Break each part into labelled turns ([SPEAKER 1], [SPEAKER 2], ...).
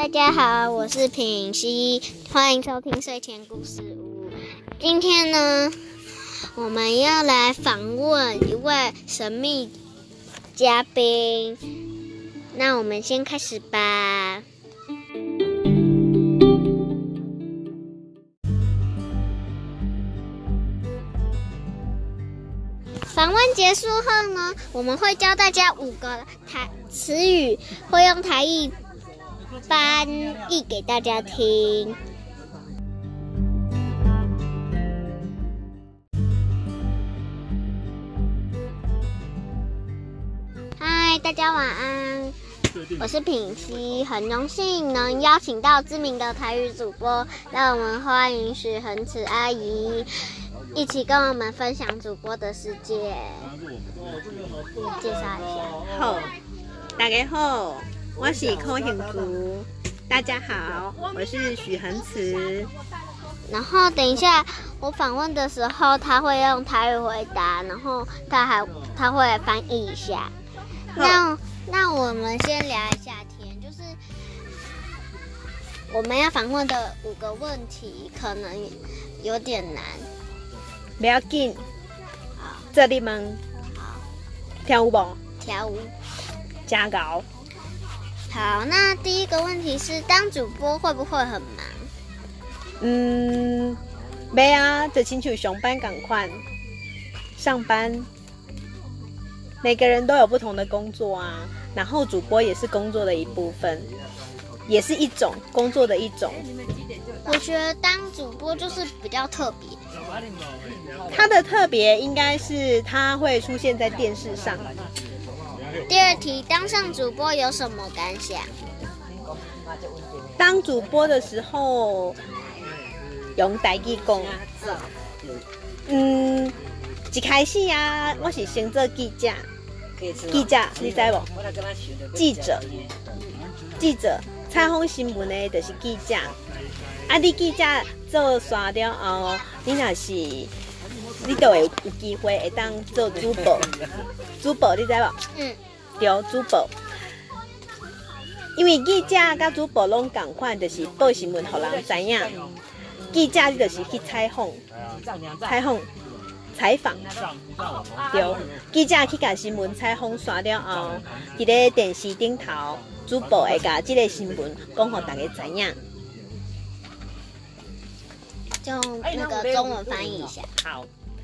[SPEAKER 1] 家好，我是品熙，欢迎收听睡前故事屋。今天呢，我们要来访问一位神秘嘉宾，那我们先开始吧。访问结束后呢，我们会教大家5个词语，会用台语翻译给大家听。嗨，大家晚安，我是品熙，很荣幸能邀请到知名的台语主播，让我们欢迎许恒慈阿姨一起跟我们分享主播的世界。介绍一下。
[SPEAKER 2] 好，大家好，我是柯幸福。大家好，我是许恒慈。
[SPEAKER 1] 然后等一下我访问的时候，他会用台语回答，然后他会翻译一下。那我们先聊一下天，就是我们要访问的5个问题，可能有点难。
[SPEAKER 2] 不要紧，这里问，听有无？
[SPEAKER 1] 听有。
[SPEAKER 2] 真高。
[SPEAKER 1] 好，那第一个问题是，当主播会不会很忙？
[SPEAKER 2] 没啊，就亲像上班同款，上班，每个人都有不同的工作啊。然后主播也是工作的一部分，也是一种工作的一种。
[SPEAKER 1] 我觉得当主播就是比较特别。
[SPEAKER 2] 它的特别应该是它会出现在电视上。
[SPEAKER 1] 第二题，当上主播有什么感想？
[SPEAKER 2] 当主播的时候，用台语讲，一开始啊，我是先做记者，你知无？记者，采访新闻的就是记者。啊，你记者做煞了后，你就会有机会会当做主播。主播你知无？对，主播。因为记者甲主播拢同款，就是报新闻，互人知影。记者你就是去采访，对，记者去甲新闻采访煞了后，伫咧电视顶头，主播会甲即个新闻讲互大家知影。
[SPEAKER 1] 用那个中文翻译一下。
[SPEAKER 2] 好，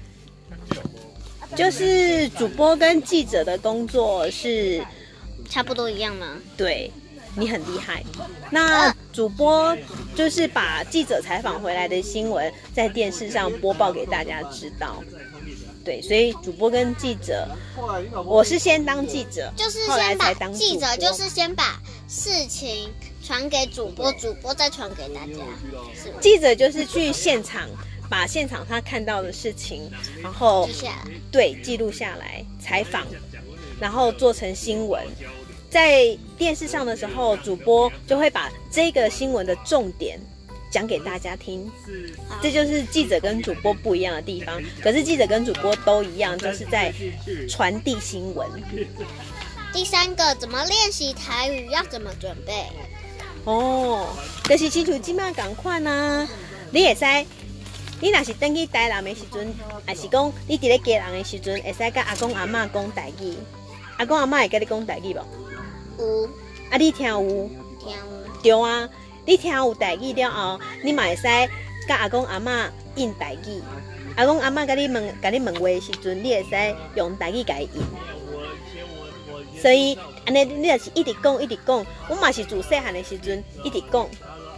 [SPEAKER 2] 就是主播跟记者的工作是
[SPEAKER 1] 差不多一样吗？
[SPEAKER 2] 对，你很厉害。那主播就是把记者采访回来的新闻在电视上播报给大家知道。对，所以主播跟记者，我是先当记者，
[SPEAKER 1] 就是
[SPEAKER 2] 后来
[SPEAKER 1] 先把
[SPEAKER 2] 才当主播。
[SPEAKER 1] 记者就是先把事情传给主播，主播再传给大家。是吗？
[SPEAKER 2] 记者就是去现场，把现场他看到的事情，然后记录下来，采访，然后做成新闻。在电视上的时候，主播就会把这个新闻的重点讲给大家听。这就是记者跟主播不一样的地方。可是记者跟主播都一样，就是在传递新闻。
[SPEAKER 1] 第3个，怎么练习台语？要怎么准备？
[SPEAKER 2] 就是亲像即摆同款啊，你会使，你若是登去台南的时阵，还是讲你伫咧家人的时阵，会使甲阿公阿嬷讲台语。阿公阿嬷会甲你讲台语无？
[SPEAKER 1] 有。
[SPEAKER 2] 啊，你听有？
[SPEAKER 1] 听有。
[SPEAKER 2] 对啊，你听有台语了后，你嘛会使甲阿公阿嬷应台语。阿公阿嬷甲你问话的时阵，你会使用台语甲伊应。所以，安尼你就是一直讲。我嘛是自细汉的时阵一直讲，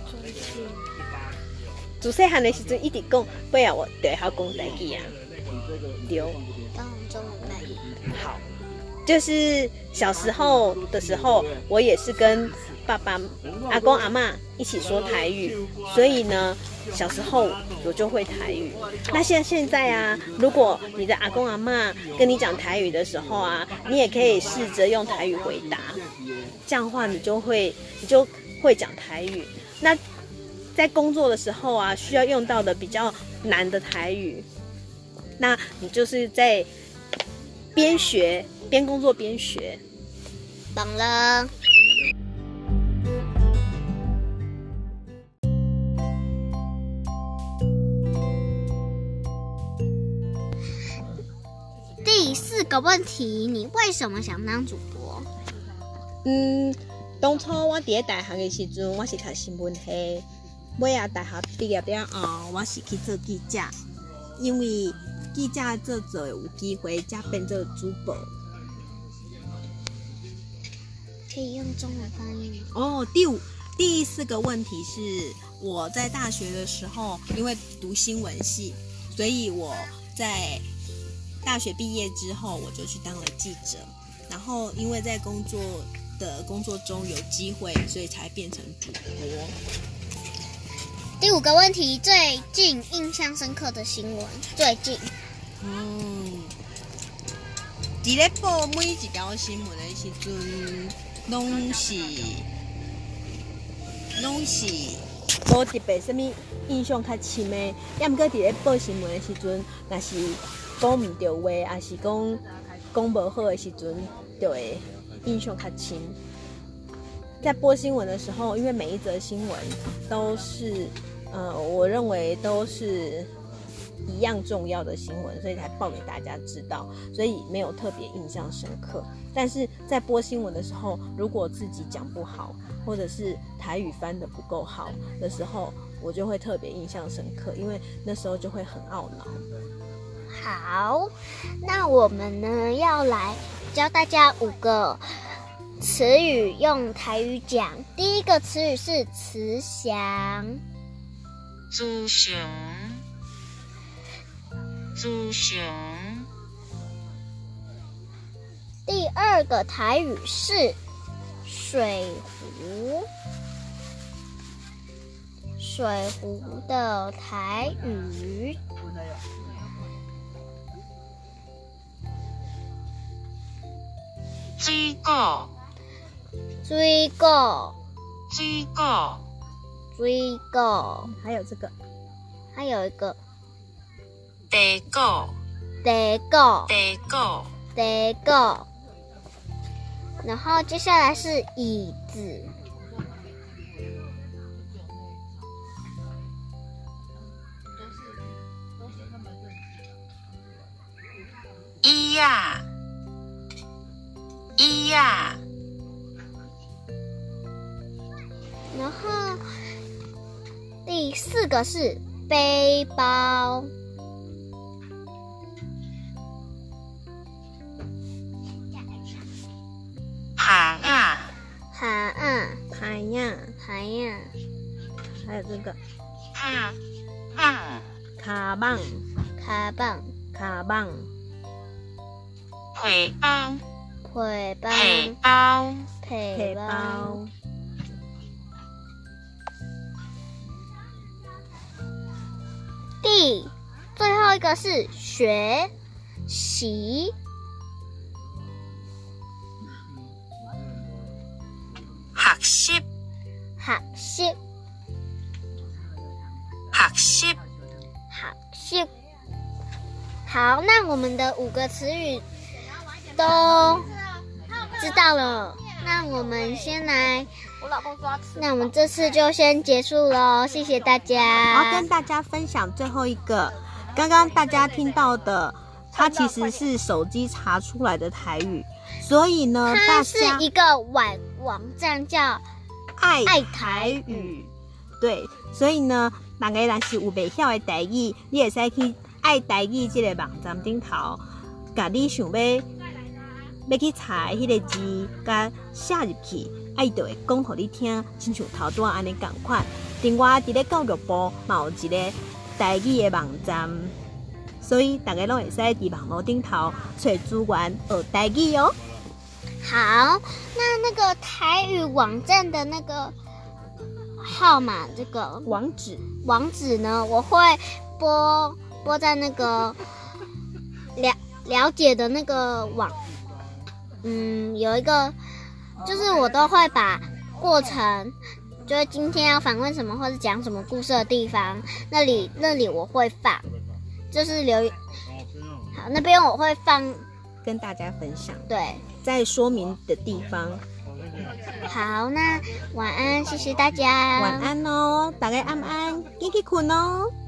[SPEAKER 2] 自细汉的时阵一直讲，尾啊我就会晓讲台语啊。对。
[SPEAKER 1] 当中文翻译。
[SPEAKER 2] 好，就是小时候的时候，我也是跟爸爸、阿公、阿嬷一起说台语，所以呢，小时候我就会台语。那现在啊，如果你的阿公阿嬷跟你讲台语的时候啊，你也可以试着用台语回答，这样的话你就会讲台语。那在工作的时候啊，需要用到的比较难的台语，那你就是在边工作边学。
[SPEAKER 1] 懂了。 个问题，你为什么想当主播？
[SPEAKER 2] 当初我伫咧大学的时阵，我是读新闻系。尾啊，大学毕业了后，我是去做记者，因为记者做有机会，才变做主播。
[SPEAKER 1] 可以用中文翻译吗？
[SPEAKER 2] 哦，第4个问题是我在大学的时候，因为读新闻系，所以我在大学毕业之后，我就去当了记者。然后因为在工作中有机会，所以才变成主播。
[SPEAKER 1] 第5个问题，最近印象深刻的新闻，最近。
[SPEAKER 2] 伫咧报每一条新闻的时阵，拢是无特别什么印象较深的。要毋过伫咧报新闻的时阵，若是讲唔对话，还是讲无好的时阵，就会印象较深。在播新闻的时候，因为每一则新闻都是，我认为都是一样重要的新闻，所以才报给大家知道，所以没有特别印象深刻。但是在播新闻的时候，如果自己讲不好，或者是台语翻得不够好的时候，我就会特别印象深刻，因为那时候就会很懊恼。
[SPEAKER 1] 好，那我们呢要来教大家5个词语用台语讲。第一个词语是慈祥，
[SPEAKER 3] 慈祥，慈祥。
[SPEAKER 1] 第2个台语是水壶，水壶的台语
[SPEAKER 3] 水果，
[SPEAKER 1] 水果，
[SPEAKER 3] 水果，
[SPEAKER 1] 水果，
[SPEAKER 2] 还有这个，
[SPEAKER 1] 还有一个
[SPEAKER 3] 地果，
[SPEAKER 1] 地果，
[SPEAKER 3] 地果，
[SPEAKER 1] 地果。然后接下来是椅子，
[SPEAKER 3] 椅呀，椅呀。
[SPEAKER 1] 然后第4个是背包，
[SPEAKER 3] 鞋呀，
[SPEAKER 1] 鞋啊，
[SPEAKER 2] 牌呀，
[SPEAKER 1] 鞋呀，
[SPEAKER 2] 还有这个
[SPEAKER 3] 哈哈，
[SPEAKER 2] 卡棒，
[SPEAKER 1] 卡棒，
[SPEAKER 2] 卡棒，
[SPEAKER 3] 皮包，
[SPEAKER 1] 皮包，
[SPEAKER 3] 皮包，
[SPEAKER 1] 皮包。最后一个是学习，
[SPEAKER 3] 学习，
[SPEAKER 1] 学习，
[SPEAKER 3] 学习。
[SPEAKER 1] 学习。好，那我们的5个词语都知道了。那我们先来，那我们这次就先结束咯，谢谢大家。
[SPEAKER 2] 好，跟大家分享最后一个，刚刚大家听到的，它其实是手机查出来的台语，所以呢，
[SPEAKER 1] 它是一个网站叫
[SPEAKER 2] 爱台语，对，所以呢，大家若是有袂晓的台语，你会使去爱台语这个网站顶头，甲你想要去查迄个字，甲写入去，伊就会讲互你听，亲像头拄安尼共款。另外，伫咧教育部嘛有一个台语的网站，所以大家拢会使伫网络顶头找资源学台语哦。
[SPEAKER 1] 好，那个台语网站的那个号码，这个
[SPEAKER 2] 网址
[SPEAKER 1] 呢，我会播在那个了解的那个网。有一个，就是我都会把过程，就是今天要访问什么或者讲什么故事的地方，那里我会放，就是好，那边我会放
[SPEAKER 2] 跟大家分享。
[SPEAKER 1] 对，
[SPEAKER 2] 在说明的地方。
[SPEAKER 1] 好，那晚安，谢谢大家。
[SPEAKER 2] 晚安哦，大家晚安，赶紧困哦。